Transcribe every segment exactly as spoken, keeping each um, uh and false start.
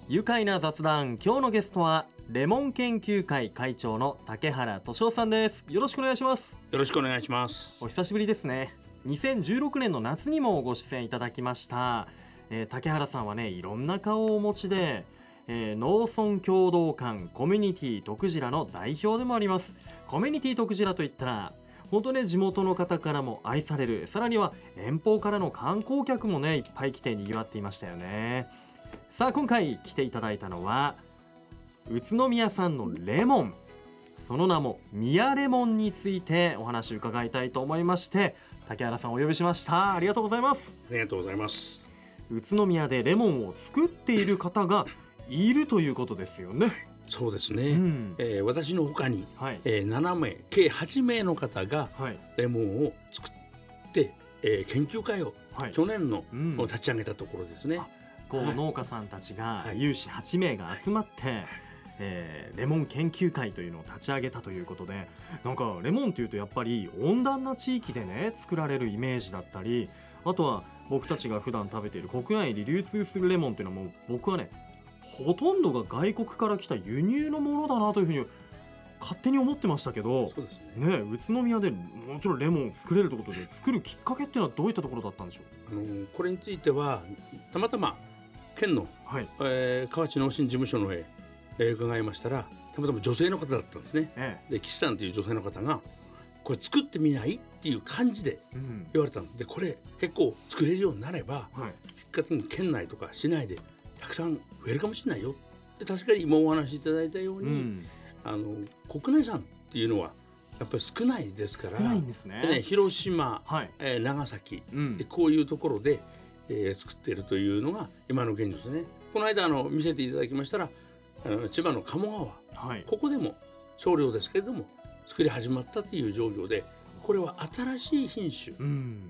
愉快な雑談。今日のゲストはレモン研究会会長の竹原俊夫さんです。よろしくお願いします。 よろしくお願いします。 お久しぶりですね。にせんじゅうろくねんの夏にもご出演いただきました、えー、竹原さんはね、いろんな顔をお持ちで、えー、農村共同館コミュニティトクジラの代表でもあります。コミュニティトクジラといったら本当ね、地元の方からも愛される、さらには遠方からの観光客もねいっぱい来てにぎわっていましたよね。さあ今回来ていただいたのは宇都宮産のレモン、その名も宮レモンについてお話を伺いたいと思いまして、竹原さんをお呼びしました。ありがとうございます。 ありがとうございます。 宇都宮でレモンを作っている方がいるということですよね。 そうですね、 うん、 えー、私の他に、 はい、 えー、ななめい計はちめいの方がレモンを作って、えー、研究会を、はい、去年の、うん、立ち上げたところですね。 こう、はい、農家さんたちが有志はちめいが集まって、はい、えー、レモン研究会というのを立ち上げたということで、なんかレモンというとやっぱり温暖な地域でね作られるイメージだったり、あとは僕たちが普段食べている国内で流通するレモンというのはもう僕はねほとんどが外国から来た輸入のものだなというふうに勝手に思ってましたけど、 そうですね、 ね、宇都宮でもちろんレモンを作れるということで、作るきっかけっていうのはどういったところだったんでしょう。 あのこれについてはたまたま県の、はい、えー、河内農心事務所のへ、えー、伺いましたら、たまたま女性の方だったんですね、ええ、で岸さんという女性の方がこれ作ってみないっていう感じで言われたので、これ結構作れるようになれば、はい、結果的に県内とか市内でたくさん増えるかもしれないよ。で確かに今お話しいただいたように、うん、あの国内産っていうのはやっぱり少ないですから、 少ないんですね。 でね、広島、はい、えー、長崎、うん、でこういうところで、えー、作っているというのが今の現状ですね。この間あの見せていただきましたら、あの千葉の鴨川、はい、ここでも少量ですけれども作り始まったという状況で、これは新しい品種、うん、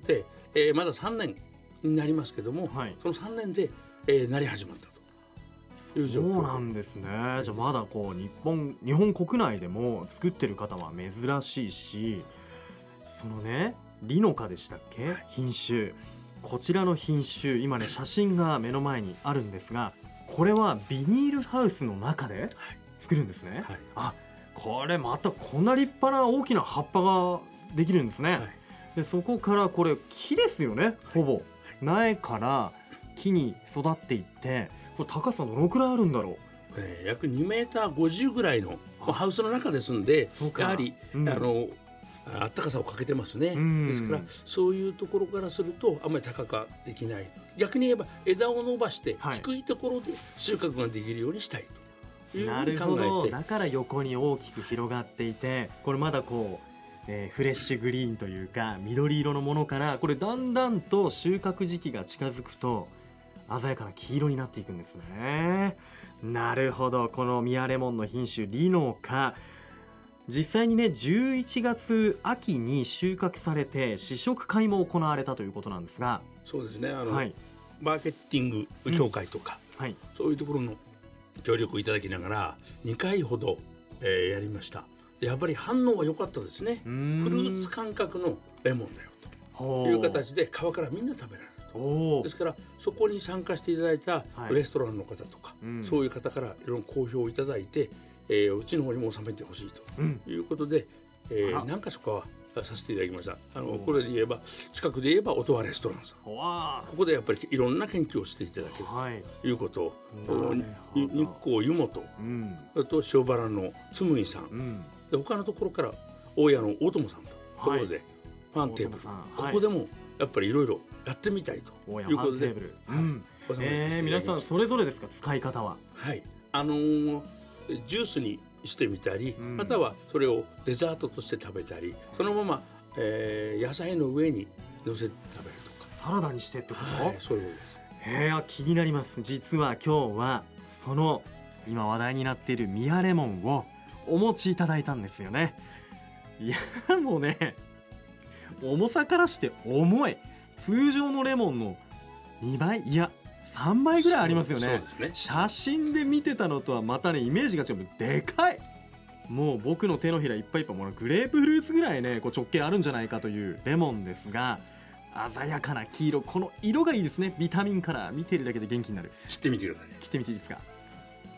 で、えー、まださんねんになりますけども、はい、そのさんねんで、えー、なり始まったという状況。 そうなんですね。じゃあまだこう日本日本国内でも作ってる方は珍しいし、そのねリノカでしたっけ、はい、品種、こちらの品種今ね写真が目の前にあるんですが、これはビニールハウスの中で作るんですね、はい、あ、これまたこんな立派な大きな葉っぱができるんですね、はい、でそこからこれ木ですよね、ほぼ、はい、苗から木に育っていって、これ高さどのくらいあるんだろう。 えー、約にメーターごじゅうぐらいのハウスの中ですんで、やはり、うん、あのあったかさをかけてますね、うん、ですからそういうところからするとあんまり高くできない。逆に言えば枝を伸ばして低いところで収穫ができるようにしたいというふうに考えて、 なるほど、だから横に大きく広がっていて、これまだこう、えー、フレッシュグリーンというか緑色のものから、これだんだんと収穫時期が近づくと鮮やかな黄色になっていくんですね。なるほど。この宮レモンの品種リノカ、実際にねじゅういちがつ秋に収穫されて試食会も行われたということなんですが。 そうですね、あの、はい、マーケティング協会とか、うん、はい、そういうところの協力をいただきながらにかいほど、えー、やりました。でやっぱり反応は良かったですね。フルーツ感覚のレモンだよという形で皮からみんな食べられる。ですからそこに参加していただいたレストランの方とか、はい、うん、そういう方からいろいろ好評をいただいて、えー、うちの方にも収めてほしいということで、うん、えー、何か所かはさせていただきました。あのこれで言えば近くで言えば音羽レストランさん、ここでやっぱりいろんな研究をしていただける、はい、ということを、日光湯本、うん、それと塩原の紬さん、うん、で他のところから大谷の大友さんとところで、はい、ファンテーブル、はい、ここでもやっぱりいろいろやってみたいということで、はい、 うん、えー、皆さんそれぞれですか、使い方は。 はい、あのー、ジュースにしてみたり、うん、またはそれをデザートとして食べたり、そのまま、えー、野菜の上に乗せて食べるとか、 サラダにしてってこと、 はい、そういうことです。 えー、気になります。実は今日はその今話題になっている宮レモンをお持ちいただいたんですよね。いやもうね、重さからして重い、通常のレモンのにばい、いやさんばいぐらいありますよね。 そうですね。 写真で見てたのとはまたねイメージが違う。でかい、もう僕の手のひらいっぱいいっぱい、もうグレープフルーツぐらいねこう直径あるんじゃないかというレモンですが、鮮やかな黄色、この色がいいですね。ビタミンカラー、見てるだけで元気になる。 切ってみてください。 切ってみていいですか。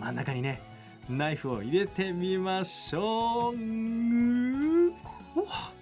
真ん中にねナイフを入れてみましょう。うわ、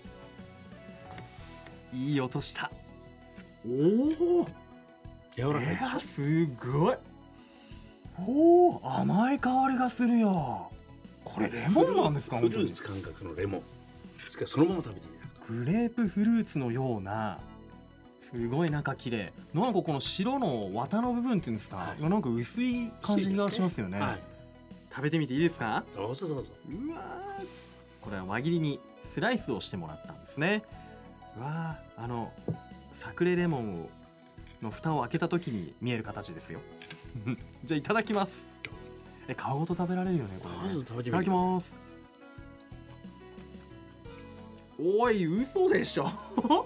いい音した。おお、 柔らかいでしょ、 えー、すごい。おお、甘い香りがするよ。これレモンなんですか？ フルーツ感覚のレモンですから、そのまま食べてみる。 グレープフルーツのような、すごい中綺麗。なんかこの白の綿の部分っていうんですか、はい、なんか薄い感じがしますよね。はい、食べてみていいですか？ どうぞどうぞ。 うわ、これは輪切りにスライスをしてもらったんですね。うわ、あのサクレレモンをの蓋を開けた時に見える形ですよ。じゃあいただきます。え、皮ごと食べられるよね、これね。 食べてみる。 いただきます。おい、嘘でしょ。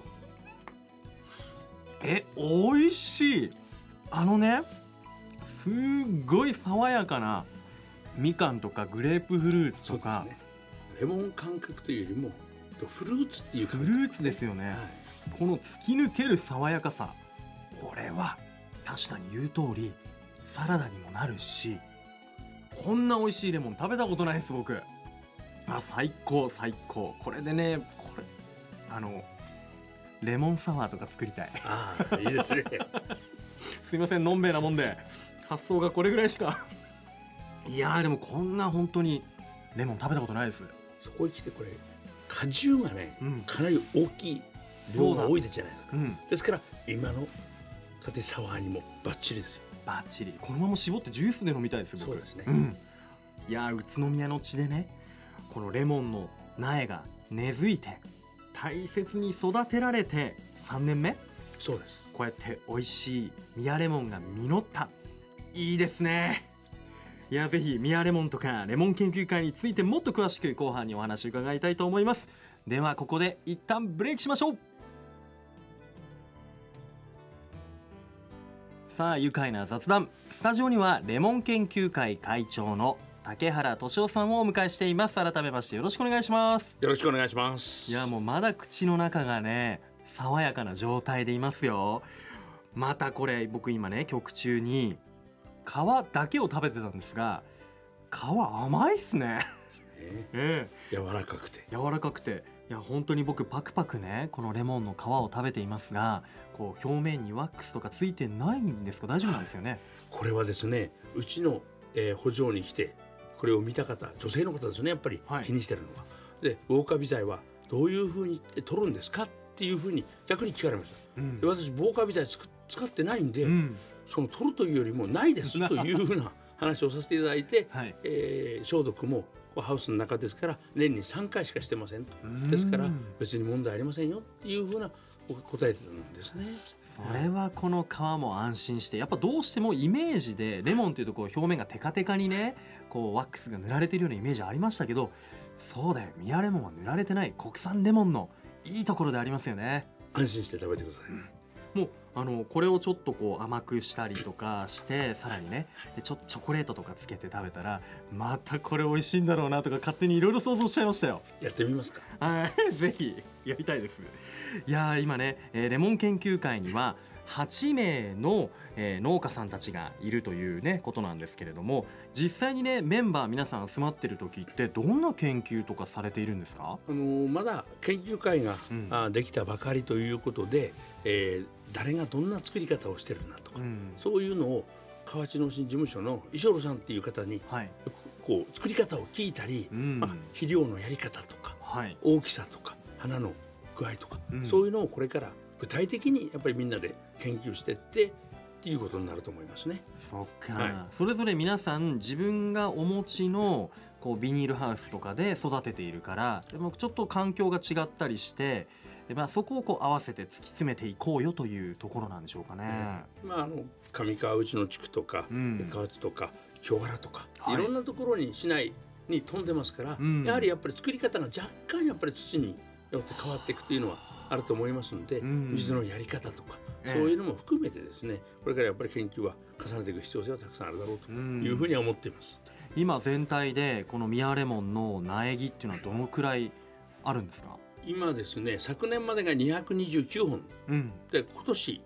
え、美味しい。あのね、すっごい爽やかなみかんとかグレープフルーツとか、 ね、レモン感覚というよりもフルーツっていうフルーツですよね。はい、この突き抜ける爽やかさ、これは確かに言う通りサラダにもなるし、こんな美味しいレモン食べたことないです、僕。あ、最高最高。これでね、これあのレモンサワーとか作りたい。 ああ、いいですね。 すいません、のんべえなもんで発想がこれぐらいしか。 いやー、でもこんな本当にレモン食べたことないです。 そこへ来て、これ果汁がね、うん、かなり大きい量が多いじゃないですか。うん、ですから今の家庭サワーにもバッチリですよ。 バッチリ。このまま絞ってジュースで飲みたいです。僕。 そうですね。 うん、いやー、宇都宮の地でね、このレモンの苗が根付いて大切に育てられてさんねんめ。 そうです。 こうやって美味しい宮レモンが実った。いいですね。いや、ぜひ宮レモンとかレモン研究会についてもっと詳しく後半にお話を伺いたいと思います。ではここで一旦ブレイクしましょう。さあ、愉快な雑談。スタジオにはレモン研究会会長の竹原俊夫さんをお迎えしています。改めましてよろしくお願いします。 よろしくお願いします。 いや、もうまだ口の中がね爽やかな状態でいますよ。またこれ僕今ね曲中に皮だけを食べてたんですが、皮甘いっすね。 えええー、柔らかくて柔らかくて、いや本当に僕パクパクねこのレモンの皮を食べていますが、こう表面にワックスとかついてないんですか？大丈夫なんですよね。はい、 これはですね、うちの、えー、補助に来てこれを見た方、女性の方ですね、やっぱり気にしてるのが、はい、で防カビ剤はどういうふうに取るんですかっていうふうに逆に聞かれました。うん、で私防カビ剤使ってないんで、うん、その取るというよりもないですというふうな話をさせていただいて、はい、えー、消毒もハウスの中ですから年にさんかいしかしてませんと、ですから別に問題ありませんよっていうふうな答えてたんですね。 それはこの皮も安心して、やっぱどうしてもイメージでレモンというとこう表面がテカテカにねこうワックスが塗られているようなイメージありましたけど、そうだよ、宮レモンは塗られてない国産レモンのいいところでありますよね。 安心して食べてください。うん、 もうあのこれをちょっとこう甘くしたりとかしてさらにねでちょチョコレートとかつけて食べたらまたこれ美味しいんだろうなとか勝手にいろいろ想像しちゃいましたよ。 やってみますか？ はい、ぜひやりたいです。いやー、今ね、えー、レモン研究会にははちめいの、えー、農家さんたちがいるというねことなんですけれども、実際にねメンバー皆さん集まってる時ってどんな研究とかされているんですか？ あのー、まだ研究会が、うん、あできたばかりということで、えー、誰がどんな作り方をしてるんだとか、うん、そういうのを河内農心事務所の石原さんっていう方に、はい、こう作り方を聞いたり、うん、まあ、肥料のやり方とか、はい、大きさとか花の具合とか、うん、そういうのをこれから具体的にやっぱりみんなで研究していってっていうことになると思いますね。 そっか、はい、それぞれ皆さん自分がお持ちのこうビニールハウスとかで育てているから、でもちょっと環境が違ったりしてで、まあ、そこをこう合わせて突き詰めていこうよというところなんでしょうかね。 うん、まあ、あの上川内の地区とか、うん、河内とか京原とか、はい、いろんなところに市内に飛んでますから、うん、やはりやっぱり作り方が若干やっぱり土によって変わっていくというのはあると思いますので、うん、水のやり方とか、ええ、そういうのも含めてですね、これからやっぱり研究は重ねていく必要性はたくさんあるだろうというふうには思っています。 うん、今全体でこの宮レモンの苗木っていうのはどのくらいあるんですか？ 今ですね、昨年までがにひゃくにじゅうきゅうほん、うん、で今年、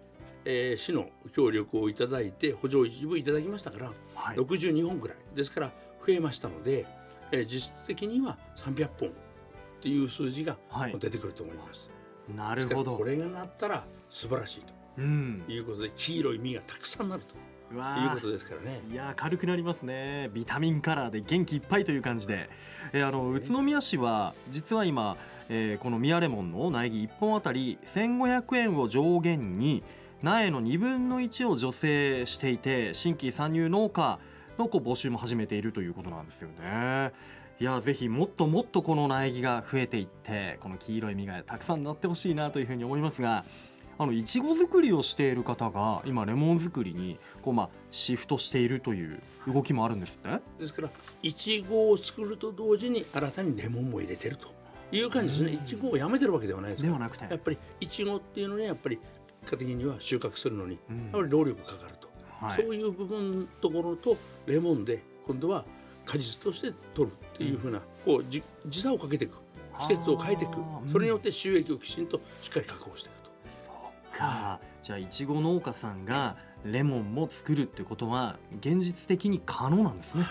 えー、市の協力をいただいて補助を一部いただきましたから、はい、ろくじゅうにほんぐらいですから増えましたので、えー、実質的にはさんびゃっぽんっていう数字が出てくると思います、 はい、なるほど。 これがなったら素晴らしいと、うん、いうことで黄色い実がたくさんなるということですからね。 いや軽くなりますね。ビタミンカラーで元気いっぱいという感じで、えー、あの宇都宮市は実は今、えー、このミヤレモンの苗木いっぽんあたりせんごひゃくえんを上限に苗のにぶんのいちを助成していて、新規参入農家のこう募集も始めているということなんですよね。いやぜひもっともっとこの苗木が増えていってこの黄色い実がたくさんなってほしいなというふうに思いますが、あのいちご作りをしている方が今レモン作りにこう、まあ、シフトしているという動きもあるんですって。 ですからいちごを作ると同時に新たにレモンも入れてるという感じですね。いちごをやめてるわけではないですから。 ではなくてやっぱりいちごっていうのにやっぱり結果的には収穫するのにやっぱり労力かかると、はい、そういう部分のところとレモンで今度は果実として取るっていうふうな、こう時差をかけていく、季節を変えていく、それによって収益をきちんとしっかり確保していくと。 かじゃあいちご農家さんがレモンも作るってことは現実的に可能なんですね、はい、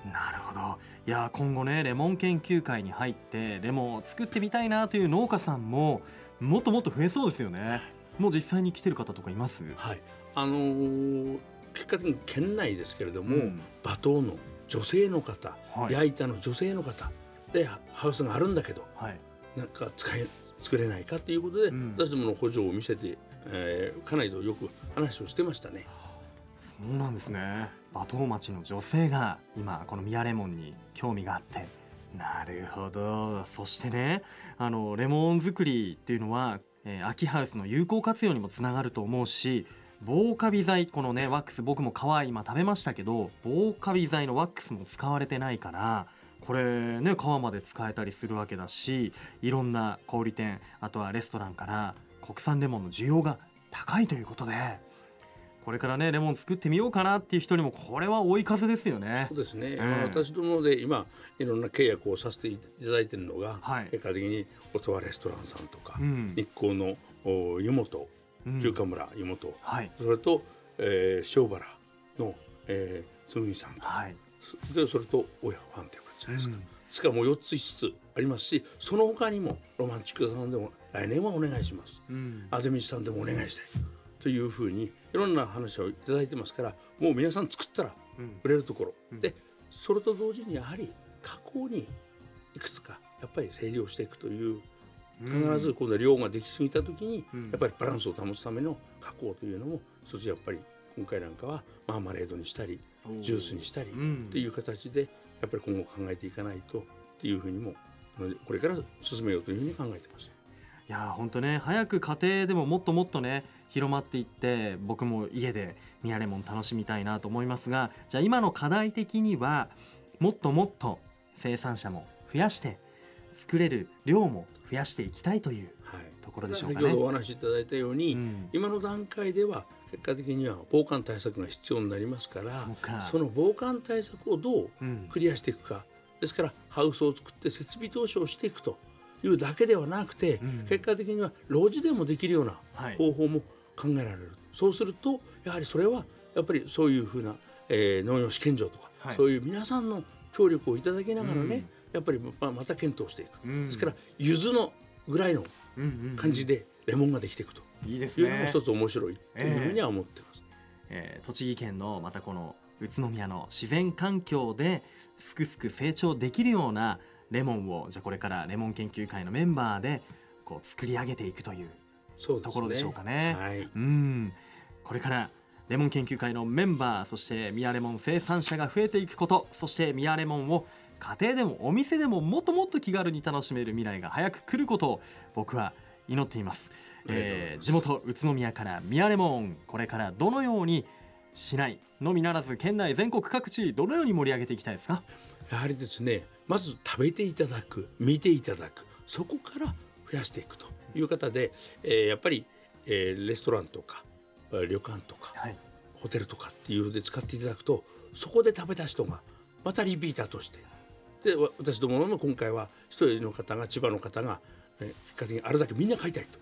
なるほど。いや今後ねレモン研究会に入ってレモンを作ってみたいなという農家さんももっともっと増えそうですよね。もう実際に来てる方とかいます？ はい、あのー、結果的に県内ですけれども、うん、馬頭の女性の方、はい、焼いたの女性の方でハウスがあるんだけど、はい、なんか使え作れないかということで、うん、私どもの補助を見せて、えー、家内とよく話をしてましたね。 そうなんですね。馬頭町の女性が今このミヤレモンに興味があって、なるほど。そしてねあのレモン作りっていうのは、えー、秋ハウスの有効活用にもつながると思うし、防カビ剤このねワックス僕も皮今食べましたけど防カビ剤のワックスも使われてないからこれね皮まで使えたりするわけだし、いろんな小売店あとはレストランから国産レモンの需要が高いということで、これからねレモン作ってみようかなっていう人にもこれは追い風ですよね。 そうですね、えー、私どもで今いろんな契約をさせていただいているのが、はい、結果的に音羽レストランさんとか、うん、日光の湯本、中華村湯本、はい、それと、えー、塩原の、えー、つむぎさんとか、はい、でそれと親ファンということじゃないですか、うん、ですからもうよっついつつありますし、その他にもロマンチックさんでも来年はお願いします、うん、あぜみちさんでもお願いしたいというふうにいろんな話をいただいてますから、もう皆さん作ったら売れるところ、うん、でそれと同時にやはり加工にいくつかやっぱり整理をしていくという、必ず今度は量ができすぎた時にやっぱりバランスを保つための加工というのも一つやっぱり今回なんかはマーマレードにしたりジュースにしたりという形でやっぱり今後考えていかないとっていうふうにもこれから進めようというふうに考えています。 いや本当ね早く家庭でももっともっとね広まっていって僕も家でミヤレモン楽しみたいなと思いますが、じゃあ今の課題的にはもっともっと生産者も増やして作れる量も増やしていきたいというところでしょうかね。 先ほどお話しいただいたように、うん、今の段階では結果的には防寒対策が必要になりますから、その防寒対策をどうクリアしていくか、うん、ですからハウスを作って設備投資をしていくというだけではなくて、うん、結果的には露地でもできるような方法も考えられる、はい、そうするとやはりそれはやっぱりそういうふうな、えー、農業試験場とか、はい、そういう皆さんの協力をいただきながらね、うん、やっぱりまた検討していく、うん、ですから柚子のぐらいの感じでレモンができていくというのも一つ面白いというふうには思ってます、 えーえー、栃木県のまたこの宇都宮の自然環境ですくすく成長できるようなレモンをじゃあこれからレモン研究会のメンバーでこう作り上げていくというところでしょうかね。はい、うんこれからレモン研究会のメンバーそしてミヤレモン生産者が増えていくこと、そしてミヤレモンを家庭でもお店でももっともっと気軽に楽しめる未来が早く来ることを僕は祈っています。えー、地元宇都宮からミヤレモンこれからどのように市内のみならず県内全国各地どのように盛り上げていきたいですか？ やはりですね、まず食べていただく、見ていただく、そこから増やしていくという方で、えー、やっぱり、えー、レストランとか旅館とか、はい、ホテルとかっていうので使っていただくと、そこで食べた人がまたリピーターとしてで、私どもの今回は一人の方が千葉の方が、えー、結果的にあれだけみんな買いたいと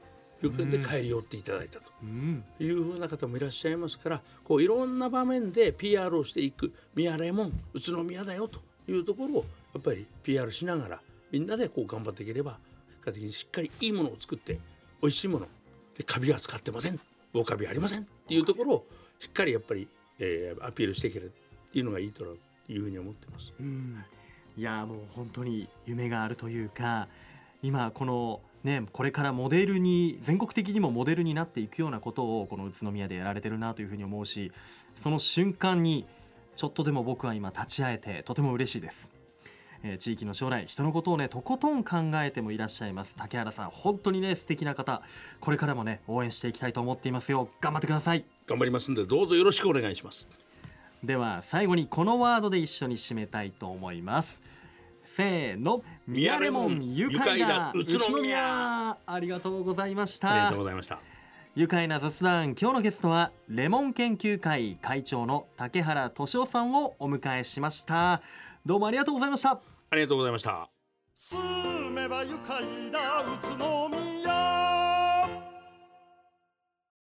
いうことで帰り寄っていただいたというふうな方もいらっしゃいますから、こういろんな場面で ピーアール をしていく。宮レモン宇都宮だよというところをやっぱり ピーアール しながらみんなでこう頑張っていければ、結果的にしっかりいいものを作って美味しいもので、カビは使ってません、大カビありませんっていうところをしっかりやっぱり、えー、アピールしていけるっていうのがいいというふうに思ってます。 うん、いやもう本当に夢があるというか、今このね、これからモデルに全国的にもモデルになっていくようなことをこの宇都宮でやられてるなというふうに思うし、その瞬間にちょっとでも僕は今立ち会えてとても嬉しいです。えー、地域の将来、人のことをねとことん考えてもいらっしゃいます竹原さん、本当にね素敵な方、これからもね応援していきたいと思っていますよ。頑張ってください。 頑張りますんで、どうぞよろしくお願いします。 では最後にこのワードで一緒に締めたいと思います。せーの、宮レモン愉快な宇都宮。ありがとうございました。 ありがとうございました。 愉快な雑談、今日のゲストはレモン研究会会長の竹原俊夫さんをお迎えしました。どうもありがとうございました。 ありがとうございました。 住めば愉快な宇都宮。